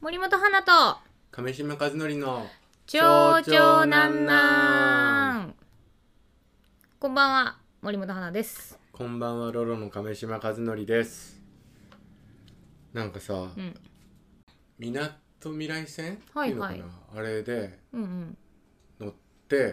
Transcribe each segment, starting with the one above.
森本花と亀島和則のちょうちょうなんなん。こんばんは、森本花です。 こんばんは、ロロの亀島和則です。なんかさ、みなとみらい線っていうのかな、あれで乗って、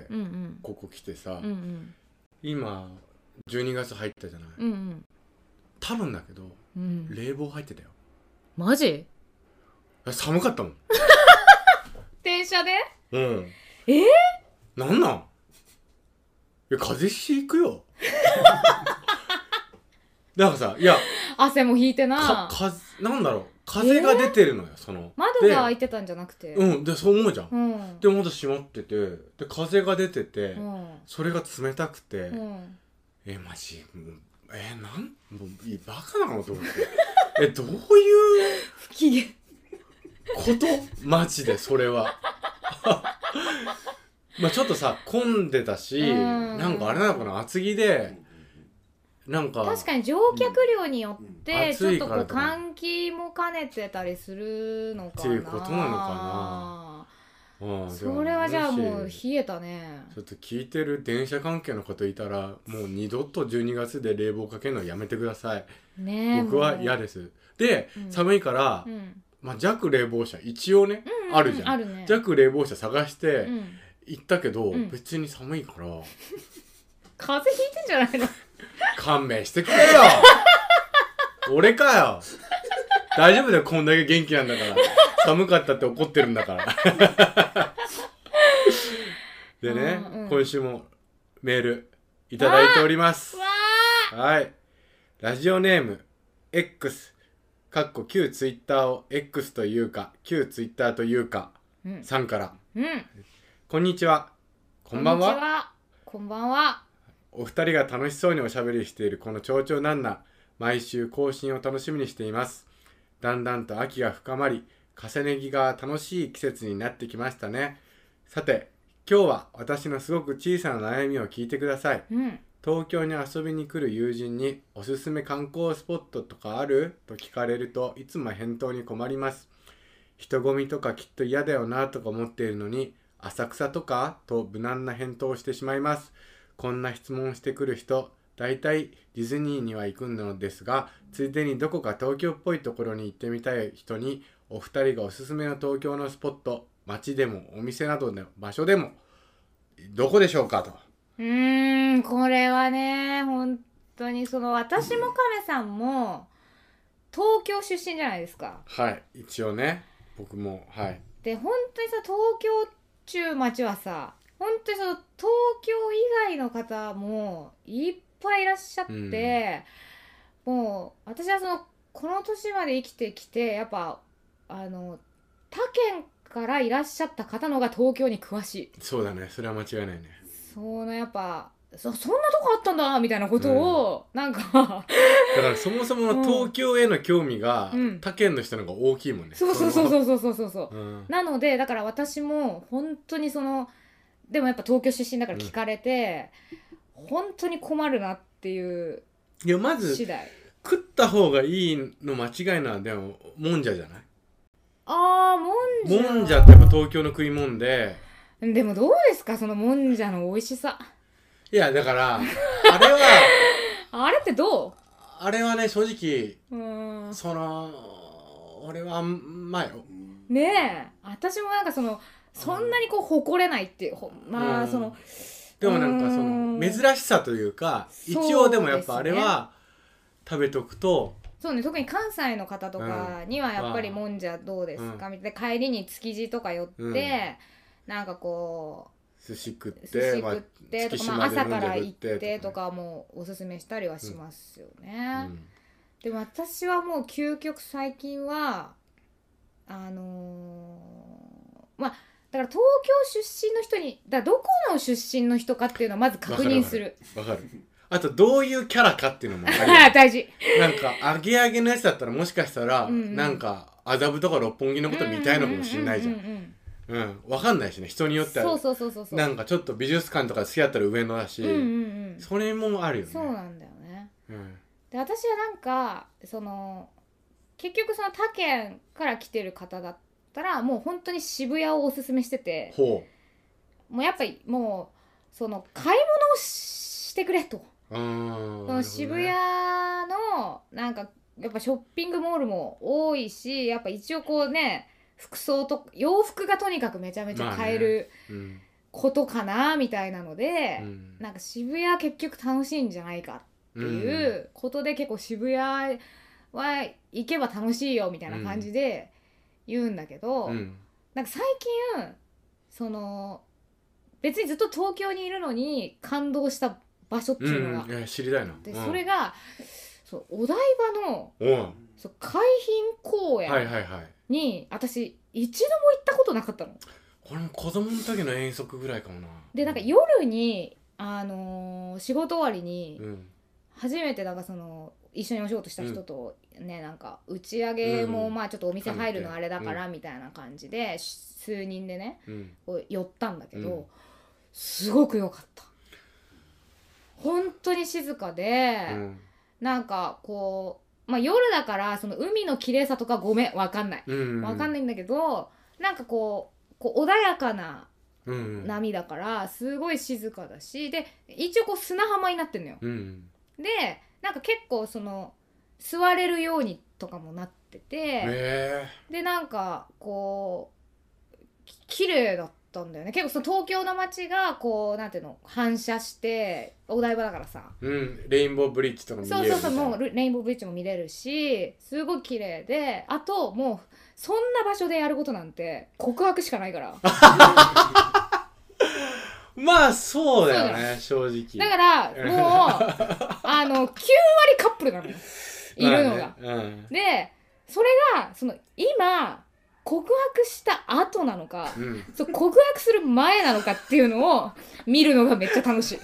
ここ来てさ、今12月入ったじゃない、多分だけど、冷房入ってたよ。 マジ？ 寒かったもん電車で？ なんなん？いや、風邪ひくよなんかさ、いや汗もひいてな。 なんだろう、風が出てるのよ、その窓が開いてたんじゃなくて。 で、そう思うじゃん。で、窓閉まってて、で、風が出てて、それが冷たくて、マジ、もう、もう、バカなのと思って。どういう不機嫌ことマジで、それは。まあちょっとさ、混んでたし、なんかあれなのかな、厚着で、なんか確かに乗客量によってちょっとこう換気も兼ねてたりするのかなっていうことなのかな。それはじゃあもう冷えたね。 ちょっと聞いてる電車関係の方いたら、もう二度と12月で冷房かけるのやめてくださいね。僕は嫌です。で、寒いから、まあ、弱冷房車一応ね、あるじゃん、弱冷房車探して行ったけど、別に寒いから風邪ひいてんじゃないの勘弁してくれよ俺かよ。大丈夫だよ、こんだけ元気なんだから。寒かったって怒ってるんだからでね、今週もメールいただいております。はい、ラジオネーム X かっこ旧ツイッターを X というか旧ツイッターというか、さんから、こんにちは、こんばんは。 こんばんは。 お二人が楽しそうにおしゃべりしているこのちょうちょうなんな、毎週更新を楽しみにしています。だんだんと秋が深まり、重ね着が楽しい季節になってきましたね。さて、今日は私のすごく小さな悩みを聞いてください。東京に遊びに来る友人におすすめ観光スポットとかある？と聞かれるといつも返答に困ります。人混みとかきっと嫌だよなとか思っているのに、浅草とかと無難な返答をしてしまいます。こんな質問をしてくる人、だいたいディズニーには行くのですが、ついでにどこか東京っぽいところに行ってみたい人に、お二人がおすすめの東京のスポット、街でもお店などの場所でもどこでしょうかと。 これはね、本当に私も亀さんも東京出身じゃないですか。 はい、一応ね、僕も。はい。 で、本当にさ、東京中町はさ、本当に東京以外の方もいっぱいいらっしゃって、もう私はこの年まで生きてきて、やっぱ他県からいらっしゃった方のが東京に詳しい。 そうだね、それは間違いないね。 やっぱそんなとこあったんだみたいなことを、なんかだからそもそもの東京への興味が、他県の人の方が大きいもんね。 そう、なのでだから私も本当にでもやっぱ東京出身だから聞かれて、本当に困るなっていう。 いや、まず食った方がいいの間違いなのでももんじゃじゃない？もんじゃってやっぱ東京の食い物で。 でもどうですか、そのもんじゃの美味しさ。 いや、だからあれはあれってどう？ あれはね、正直俺はまあよねえ、私もなんかそんなに誇れないっていう、まあでもなんか珍しさというか、一応でもやっぱあれは食べとくと、 そうね、特に関西の方とかにはやっぱりもんじゃどうですかみたいな、帰りに築地とか寄って、なんか寿司食ってとか、朝から行ってとかもおすすめしたりはしますよね。でも私はもう究極最近はまあだから東京出身の人に、どこの出身の人かっていうのをまず確認する。 わかる。あとどういうキャラかっていうのも大事。 なんかアゲアゲのやつだったらもしかしたら、なんか麻布とか六本木のこと見たいのかもしれないじゃん。わかんないしね、人によっては。そうなんかちょっと美術館とか好きだったら上野だし、それもあるよね。 そうなんだよね。で、私はなんか結局他県から来てる方だったらもう本当に渋谷をおすすめしてて、 ほもうやっぱりもうその買い物をしてくれと。 う。その渋谷のなんかやっぱショッピングモールも多いし、やっぱ一応こうね、服装と洋服がとにかくめちゃめちゃ買えることかなみたいなので、なんか渋谷結局楽しいんじゃないかっていうことで、結構渋谷は行けば楽しいよみたいな感じで言うんだけど、なんか最近その別にずっと東京にいるのに感動した場所っていうのが、 知りたいな。 でそれがそうお台場のそう海浜公園に私一度も行ったことなかったの。 これも子供の時の遠足ぐらいかもな。 でなんか夜に、仕事終わりに初めてなんかその一緒にお仕事した人とね、なんか打ち上げもまあちょっとお店入るのあれだからみたいな感じで数人でね、こう寄ったんだけど、すごく良かった。本当に静かで、なんかこう、まあ、夜だからその海の綺麗さとかごめんわかんない、わかんないんだけど、なんかこう穏やかな波だからすごい静かだし、で一応こう砂浜になってんのよ、でなんか結構その座れるようにとかもなってて、でなんかこう綺麗だったんだよね。結構その東京の街がこうなんていうの反射してお台場だからさ、 レインボーブリッジとかも見れるみたいな。 もうレインボーブリッジも見れるし、すごい綺麗で、あともうそんな場所でやることなんて告白しかないからまあそうだよね、正直。 だからもう9割カップルなのよ、いるのが、でそれがその今告白した後なのか、そう告白する前なのかっていうのを見るのがめっちゃ楽しい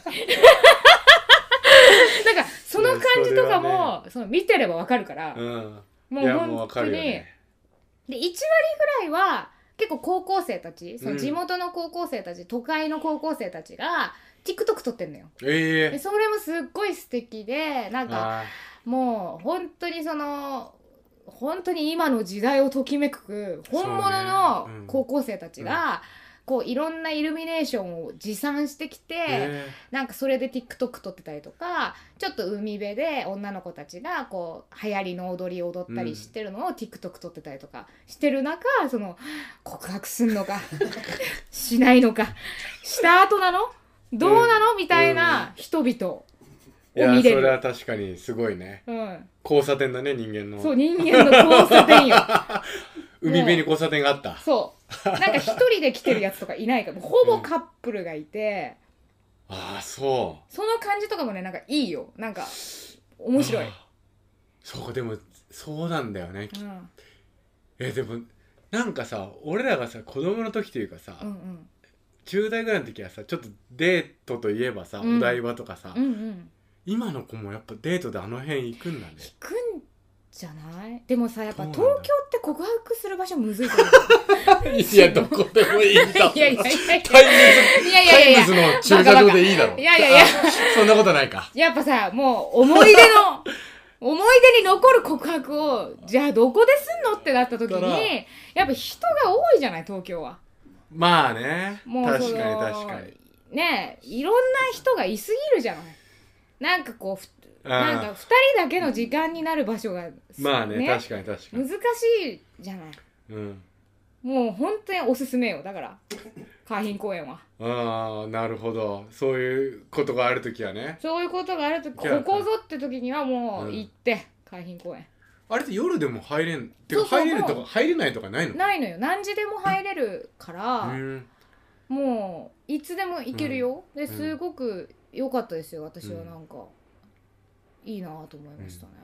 なんかその感じとかも、その見てればわかるから、もう本当に、で1割ぐらいは結構高校生たち、その地元の高校生たち、都会の高校生たちが TikTok 撮ってんのよ、でそれもすっごい素敵で、なんかもう本当にその本当に今の時代をときめく本物の高校生たちがこういろんなイルミネーションを持参してきて、なんかそれで TikTok 撮ってたりとか、ちょっと海辺で女の子たちがこう流行りの踊りを踊ったりしてるのを TikTok 撮ってたりとかしてる中、その告白すんのかしないのか、した後なのどうなのみたいな人々。 いや、それは確かにすごいね、交差点だね、人間の。 そう、人間の交差点よ海辺に交差点があった。 そうなんか一人で来てるやつとかいないから、ほぼカップルがいて、その感じとかもね、なんかいいよ、なんか面白い。 そうでもそうなんだよね、でもなんかさ、俺らがさ子供の時というかさ、10代ぐらいの時はさ、ちょっとデートといえばさ、お台場とかさ、今の子もやっぱデートであの辺行くんだね。 行くんじゃない？でもさ、やっぱ東京って告白する場所むずいと思ういや、どこでもいいんだいやいやいやタイムズの駐車場でいいだろ。 いやいやいやそんなことないか。 やっぱさ、もう思い出に残る告白をじゃあどこですんのってなった時に、やっぱ人が多いじゃない、東京は。 まあね、 もう確かに確かにね、いろんな人がいすぎるじゃない。なんかこうなんか2人だけの時間になる場所が、 まあね、確かに確かに難しいじゃない。もう本当におすすめよ、だから海浜公園は。 なるほど、そういうことがあるときはね、 そういうことがあるとき、ここぞって時にはもう行って、海浜公園。 あれって夜でも入れんてか、入れるとか入れないとかないの？ ないのよ、何時でも入れるからもういつでも行けるよ、ですごく良かったですよ、私は。なんかいいなと思いましたね。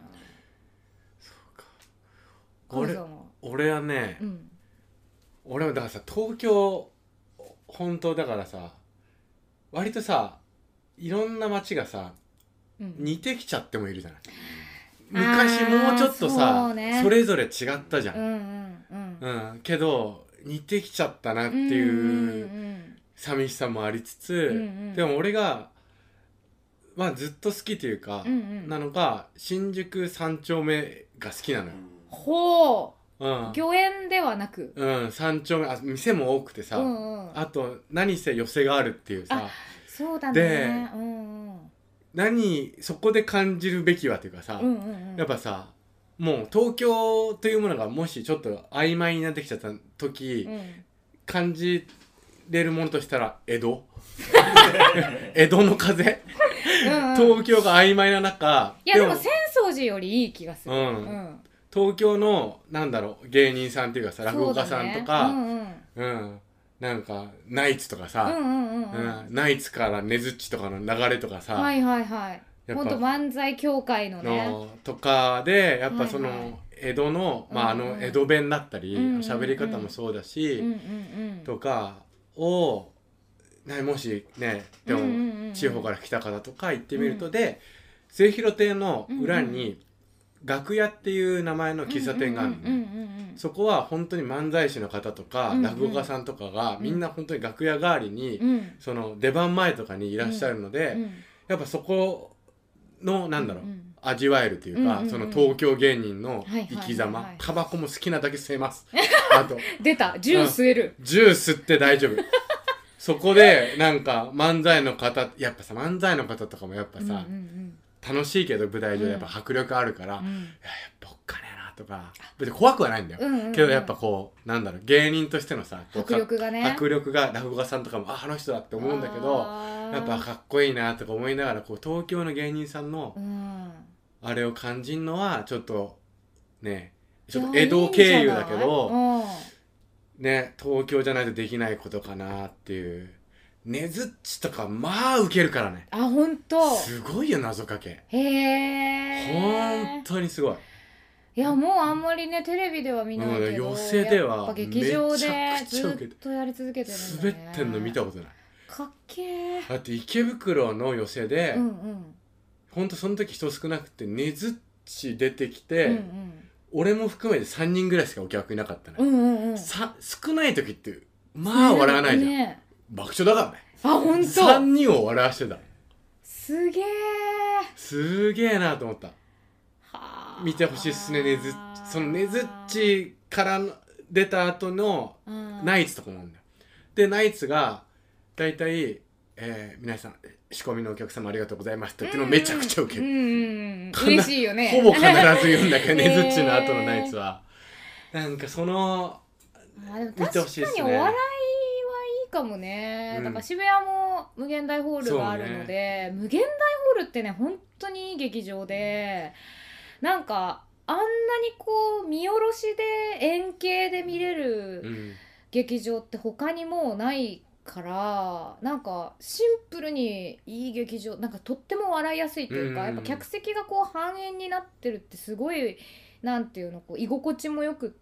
そうか。俺はね、俺はだからさ、東京本当だからさ、割とさ、いろんな街がさ、似てきちゃってもいるじゃない。昔もうちょっとさ、それぞれ違ったじゃん。けど似てきちゃったなっていう寂しさもありつつ、でも俺がまあずっと好きというか、なのが新宿三丁目が好きなのよ。 ほう。 御苑ではなく、 3丁目、店も多くてさ、あと何せ寄せがあるっていうさ。 そうだね。で、そこで感じるべきはっていうかさ、やっぱさ、もう東京というものがもしちょっと曖昧になってきちゃった時、感じれるものとしたら江戸江戸の風東京が曖昧な中、 いやでも浅草寺よりいい気がする。 東京のなんだろう、芸人さんっていうかさ、落語家さんとか、なんかナイツとかさ、ナイツからねずっちとかの流れとかさ、 ほんと漫才協会のねとかでやっぱその江戸の、江戸弁だったり喋り方もそうだし、とかをもしね、でも地方から来た方とか行ってみると、で末広亭の裏に楽屋っていう名前の喫茶店があるのね。そこは本当に漫才師の方とか落語家さんとかがみんな本当に楽屋代わりにその出番前とかにいらっしゃるので、やっぱそこのなんだろう、味わえるというか、その東京芸人の生き様、タバコも好きなだけ吸えます。あと出た、銃吸える。 銃吸って大丈夫。そこでなんか漫才の方、やっぱさ漫才の方とかもやっぱさ、楽しいけど舞台上でやっぱ迫力あるから、いややっぱおっかねえなとか、別に怖くはないんだよ、けどやっぱこうなんだろう、芸人としてのさ迫力がね、 迫力が落語家さんとかもあの人だって思うんだけど、やっぱかっこいいなとか思いながら、こう東京の芸人さんのあれを感じるのはちょっとね、ちょっと江戸経由だけどね、東京じゃないとできないことかなっていう。ねずっちとかまあウケるからね。 ほんとすごいよ、謎かけ。 へえ。 ほんとにすごい。 いやもうあんまりねテレビでは見ないけど、 寄席ではやっぱ劇場でずっとやり続けてるんだね。 滑ってんの見たことない。 かっけー。 だって池袋の寄席で、ほんとその時人少なくてねずっち出てきて、俺も含めて3人ぐらいしかお客いなかったね。少ない時ってまあ笑わないじゃん。爆笑だからね。 ほんと 3人を笑わしてた。 すげー。 すげーなと思った。見てほしいっすね、そのねずっちから出た後のナイツとかもあるんだよ。でナイツがだいたい皆さん仕込みのお客様ありがとうございましたっていうのめちゃくちゃウケる。 嬉しいよね。 ほぼ必ず言うんだけどねずっちの後のナイツはなんかその見てほしいっすね。 確かにお笑いはいいかもね。だから渋谷も無限大ホールがあるので、無限大ホールってね本当にいい劇場で、なんかあんなにこう見下ろしで円形で見れる劇場って他にもうないから、なんかシンプルにいい劇場、なんかとっても笑いやすいというか、やっぱ客席がこう半円になってるってすごいなんていうの、こう居心地もよくって、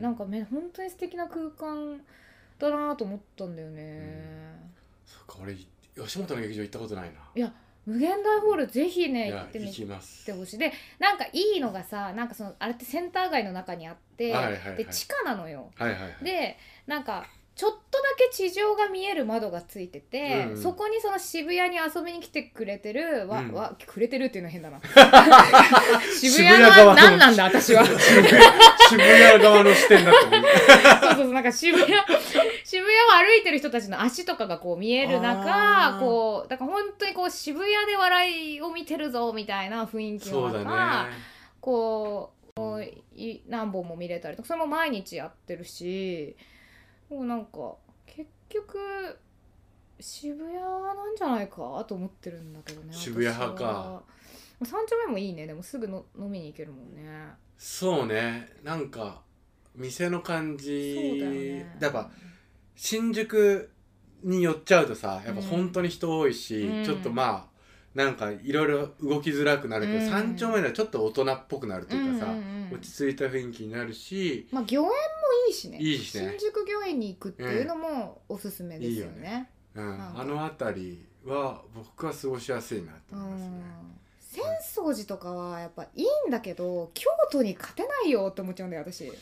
なんか本当に素敵な空間だなと思ったんだよね。 そっか、俺吉本の劇場行ったことないな。 いや無限大ホールぜひね行ってみてほしい。 でなんかいいのがさ、なんかそのあれってセンター街の中にあって、で地下なのよ。でなんかちょっとだけ地上が見える窓がついてて、そこにその渋谷に遊びに来てくれてるくれてるっていうのは変だな渋谷が何なんだ私は渋谷側の視点だったそうなんか渋谷を歩いてる人たちの足とかがこう見える中、こうだから本当にこう渋谷で笑いを見てるぞみたいな雰囲気の中、こう何本も見れたりとか、それも毎日やってるし、もうなんか結局渋谷なんじゃないかと思ってるんだけどね。 渋谷派か。 三丁目もいいね。でもすぐ飲みに行けるもんね。 そうね、なんか店の感じ、そうだよね。やっぱ新宿に寄っちゃうとさ、やっぱ本当に人多いし、ちょっとまあなんかいろいろ動きづらくなるけど、三丁目ではちょっと大人っぽくなるというかさ、落ち着いた雰囲気になるし、 まあ御苑もいいしね。 いいしね。 新宿御苑に行くっていうのもおすすめですよね。 あの辺りは僕は過ごしやすいなと思いますね。 浅草寺とかはやっぱいいんだけど、京都に勝てないよって思っちゃうんだよ私。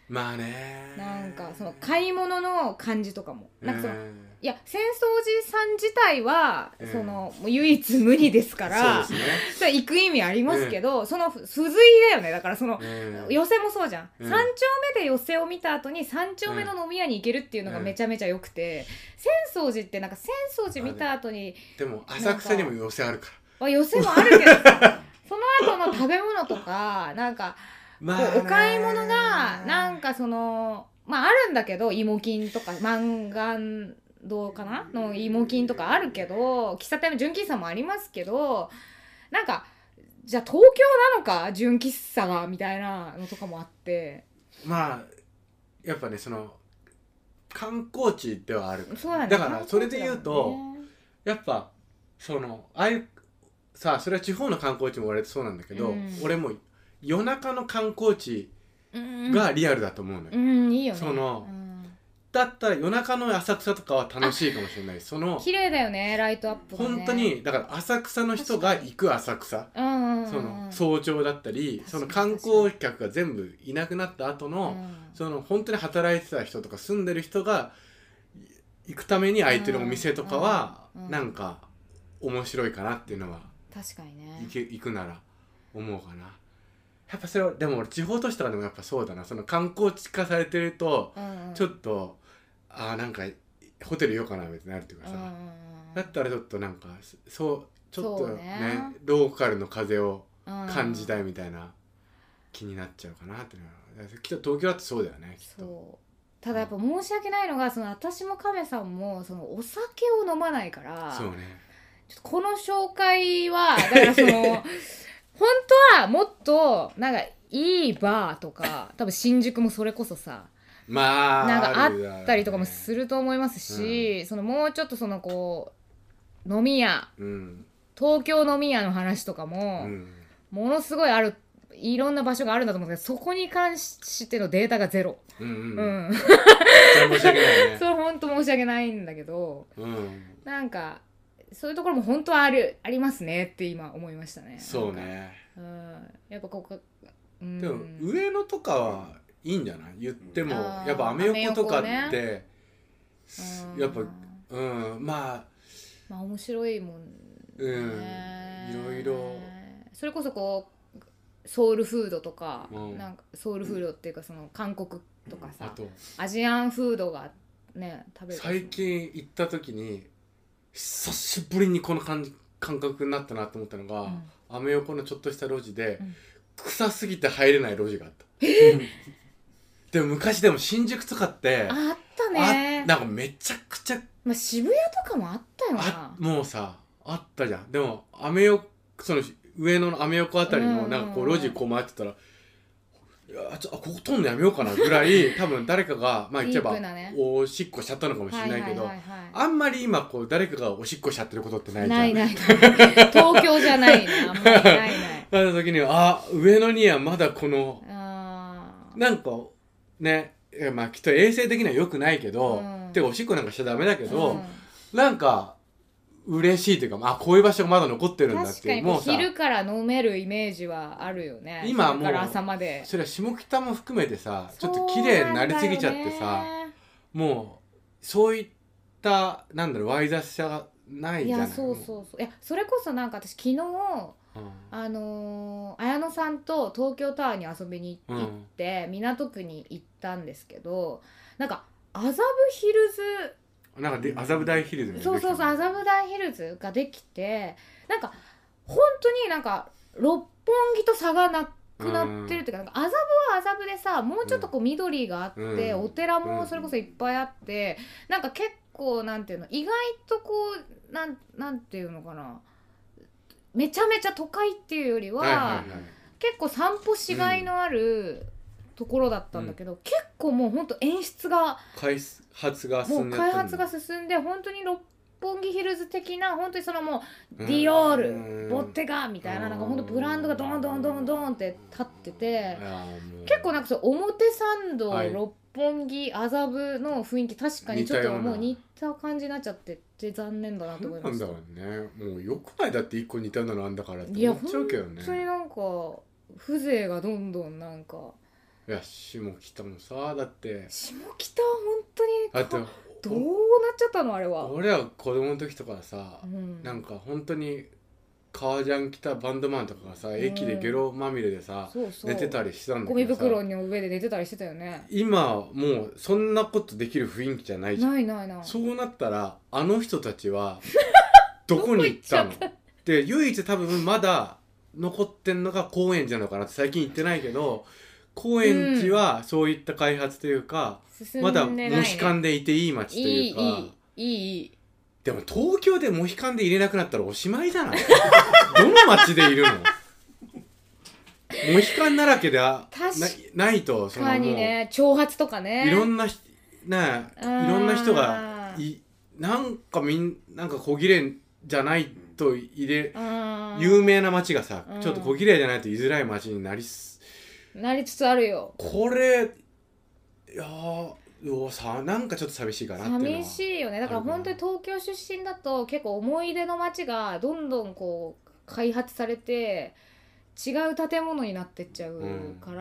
まあねなんかその買い物の感じとかもなんかその、 うんいや浅草寺さん自体は、 うんそのもう唯一無二ですからそうですねそれ行く意味ありますけど、その付随だよね。だからその、寄席もそうじゃん、 うん三丁目で寄席を見た後に三丁目の飲み屋に行けるっていうのがめちゃめちゃ良くて、浅草寺ってなんか浅草寺見た後にでも浅草にも寄せあるか寄席もあるけどさその後の食べ物とかなんか、 らこうお買い物がなんかそのまああるんだけど、芋金とか満願堂かなの芋金とかあるけど、喫茶店の純喫茶もありますけど、なんかじゃあ東京なのか純喫茶がみたいなのとかもあって、 まあやっぱねその観光地ではあるから、 そうだね、 だからそれで言うと、 観光地やっぱそのああいうさあそれは地方の観光地も割とそうなんだけど、俺も夜中の観光地だもんね、 がリアルだと思うのよ、 いいよね。 そのだったら夜中の浅草とかは楽しいかもしれない。その綺麗だよね、ライトアップがね。 本当にだから浅草の人が行く浅草、その早朝だったり、その観光客が全部いなくなった後の、その本当に働いてた人とか住んでる人が行くために開いてるお店とかはなんか面白いかなっていうのは、 確かにね、 行くなら思うかな。やっぱそれはでも俺地方都市とかでもやっぱそうだな、その観光地化されてるとちょっとなんかホテルようかなみたいになるっていうかさ、だったらちょっとなんかそうちょっと ねローカルの風を感じたいみたいな気になっちゃうかなっていうのは、きっと東京だってそうだよねきっと。 そうただやっぱ申し訳ないのが、その私も亀さんもそのお酒を飲まないから、 そうね、 ちょっとこの紹介はだからその本当はもっとなんかいいバーとか多分新宿もそれこそさまあなんかあったりとかもすると思いますし、そのもうちょっとそのこう飲み屋、東京飲み屋の話とかも、ものすごいある、いろんな場所があるんだと思うんですけど、そこに関してのデータがゼロ。 それ申し訳ないね。 それ本当申し訳ないんだけど、なんかそういうところも本当はありますねって今思いましたね。 そうね。 やっぱここ、 でも上野とかはいいんじゃない？言ってもやっぱアメ横とかって、やっぱまあ面白いもんね。いろいろそれこそこうソウルフードとか、なんかソウルフードっていうかその韓国とかさ、アジアンフードがね食べる。 最近行った時に久しぶりにこの感覚になったなと思ったのが、アメ横のちょっとした路地で、臭すぎて入れない路地があった。でも昔でも新宿とかってあったね。 なんかめちゃくちゃ、 渋谷とかもあったよな。もうさあったじゃん。でもアメ横その上野のアメ横あたりのなんかこう路地こう回ってたら、いやここ通んのやめようかなぐらい多分誰かがまあ言っちゃえばおしっこしちゃったのかもしれないけど、あんまり今こう誰かがおしっこしちゃってることってないじゃん。 ない東京じゃないな、あんまりないなった時に上野にはまだこのなんかね、まあきっと衛生的には良くないけど、てかおしっこなんかしちゃダメだけど、なんか嬉しいというか、こういう場所がまだ残ってるんだっていう。 確かに昼から飲めるイメージはあるよね。 今もうから朝までそれは下北も含めてさ、ちょっと綺麗になりすぎちゃってさ、もうそういったなんだろうわい雑さがないじゃない。いやそういやそれこそなんか私昨日綾野さんと東京タワーに遊びに行って、港区に行ったんですけど、なんか麻布ヒルズなんか麻布台ヒルズそう麻布台ヒルズができて、なんか本当になんか六本木と差がなくなってるっていうか、なんか麻布は麻布でさ、もうちょっとこう緑があって、お寺もそれこそいっぱいあって、なんか結構なんていうの、意外とこうなんていうのかな、めちゃめちゃ都会っていうよりは、結構散歩しがいのあるところだったんだけど、結構もうほんと演出が開発が進んで本当に六本木ヒルズ的な、本当にそのもうディオール、ボッテガみたいな、なんか本当ブランドがドンドンドンドンって立ってて、結構なんかそう表参道、六本木麻布の雰囲気確かにちょっともう似た感じになっちゃってて残念だなと思いました。 なんだろうね、もうよくないだって一個似たのなんだからって思っちゃうけどね。 いや本当になんか風情がどんどんなんかいや下北もさだって下北は本当にあとどうなっちゃったのあれは。 俺は子供の時とかさ、 うん、 なんか本当に革ジャン着たバンドマンとかがさ、駅でゲロまみれでさ、 そうそう寝てたりしてたんだゴミけどさ、 袋の上で寝てたりしてたよね。 今もうそんなことできる雰囲気じゃないじゃん。 ないないない。 そうなったらあの人たちはどこに行ったので、唯一多分まだ残ってんのが高円寺なのかなって。最近行ってないけど高円寺はそういった開発というか、まだモヒカンでいていい街というか。 いいでも東京でモヒカンで入れなくなったらおしまいじゃないどの街でいるのモヒカンだらけでないと、 そのもうね、長髪とかね、 いろんな人がなんか小綺麗じゃないと有名な街がさ、ちょっと小綺麗じゃないと居づらい街になりつつあるよ。 これいやなんかちょっと寂しいかなっていうのは。 寂しいよね。だから本当に東京出身だと結構思い出の街がどんどんこう開発されて違う建物になってっちゃうから、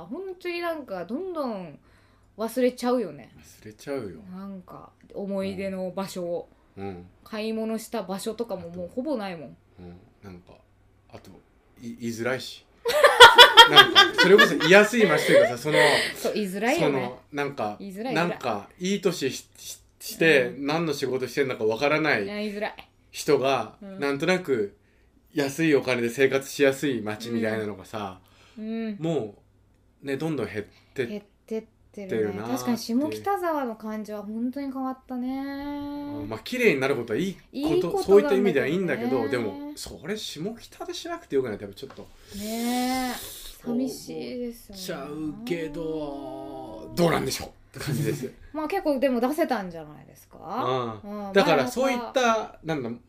本当になんかどんどん忘れちゃうよね。 忘れちゃうよ。 なんか思い出の場所を、買い物した場所とかももうほぼないもん。 なんかあと言いづらいしなんかそれこそ居やすい街というかさ、そう言いづらいよね。 なんかいい年して何の仕事してんのかわからない人がなんとなく安いお金で生活しやすい街みたいなのがさ、もうねどんどん減ってってるな。 確かに下北沢の感じは本当に変わったね。 まあ綺麗になることはいいこと、そういった意味ではいいんだけど、でもそれ下北でしなくてよくない？多分ちょっとね寂しいですよね。 ちゃうけどどうなんでしょうって感じですまあ結構でも出せたんじゃないですか。 だからそういった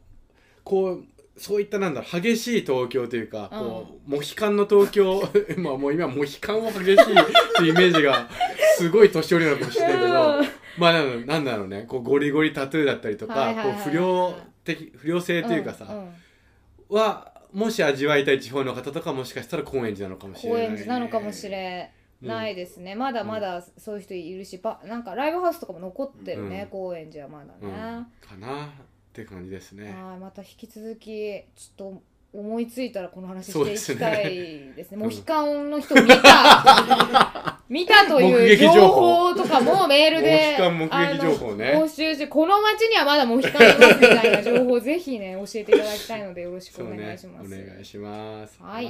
そういった激しい東京というか、モヒカンの東京まあもう今モヒカンは激しいっていうイメージがすごい年寄りなのかもしれないけどまあなんだろうね、こうゴリゴリタトゥーだったりとか不良性というかさ、はもし味わいたい地方の方とかもしかしたら高円寺なのかもしれない。 高円寺なのかもしれないですね。まだまだそういう人いるし、なんかライブハウスとかも残ってるね、高円寺はまだね。 かなって感じですね。 また引き続きちょっと思いついたらこの話していきたいですね。モヒカンの人見たという情報とかもメールで募集して、この町にはまだモヒカンいますみたいな情報をぜひね教えていただきたいのでよろしくお願いします。 お願いします。 はい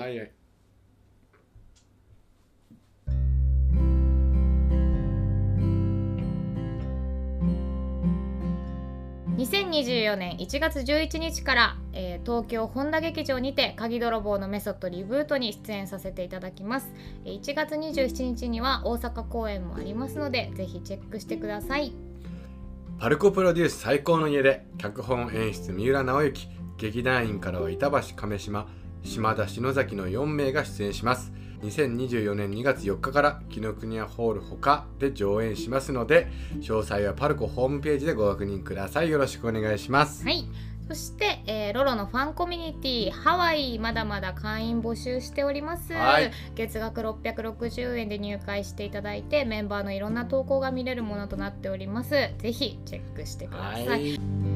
。2024年1月11日から、東京本田劇場にて鍵泥棒のメソッドリブートに出演させていただきます。1月27日には大阪公演もありますのでぜひチェックしてください。 パルコプロデュース最高の家で脚本演出三浦直之、劇団員からは板橋亀島、島田篠崎の4名が出演します。2024年2月4日から紀ノ国屋ホール他で上演しますので、詳細はパルコホームページでご確認ください。よろしくお願いします。 はい。そして、ロロのファンコミュニティハワイまだまだ会員募集しております。月額660円で入会していただいてメンバーのいろんな投稿が見れるものとなっております。ぜひチェックしてください。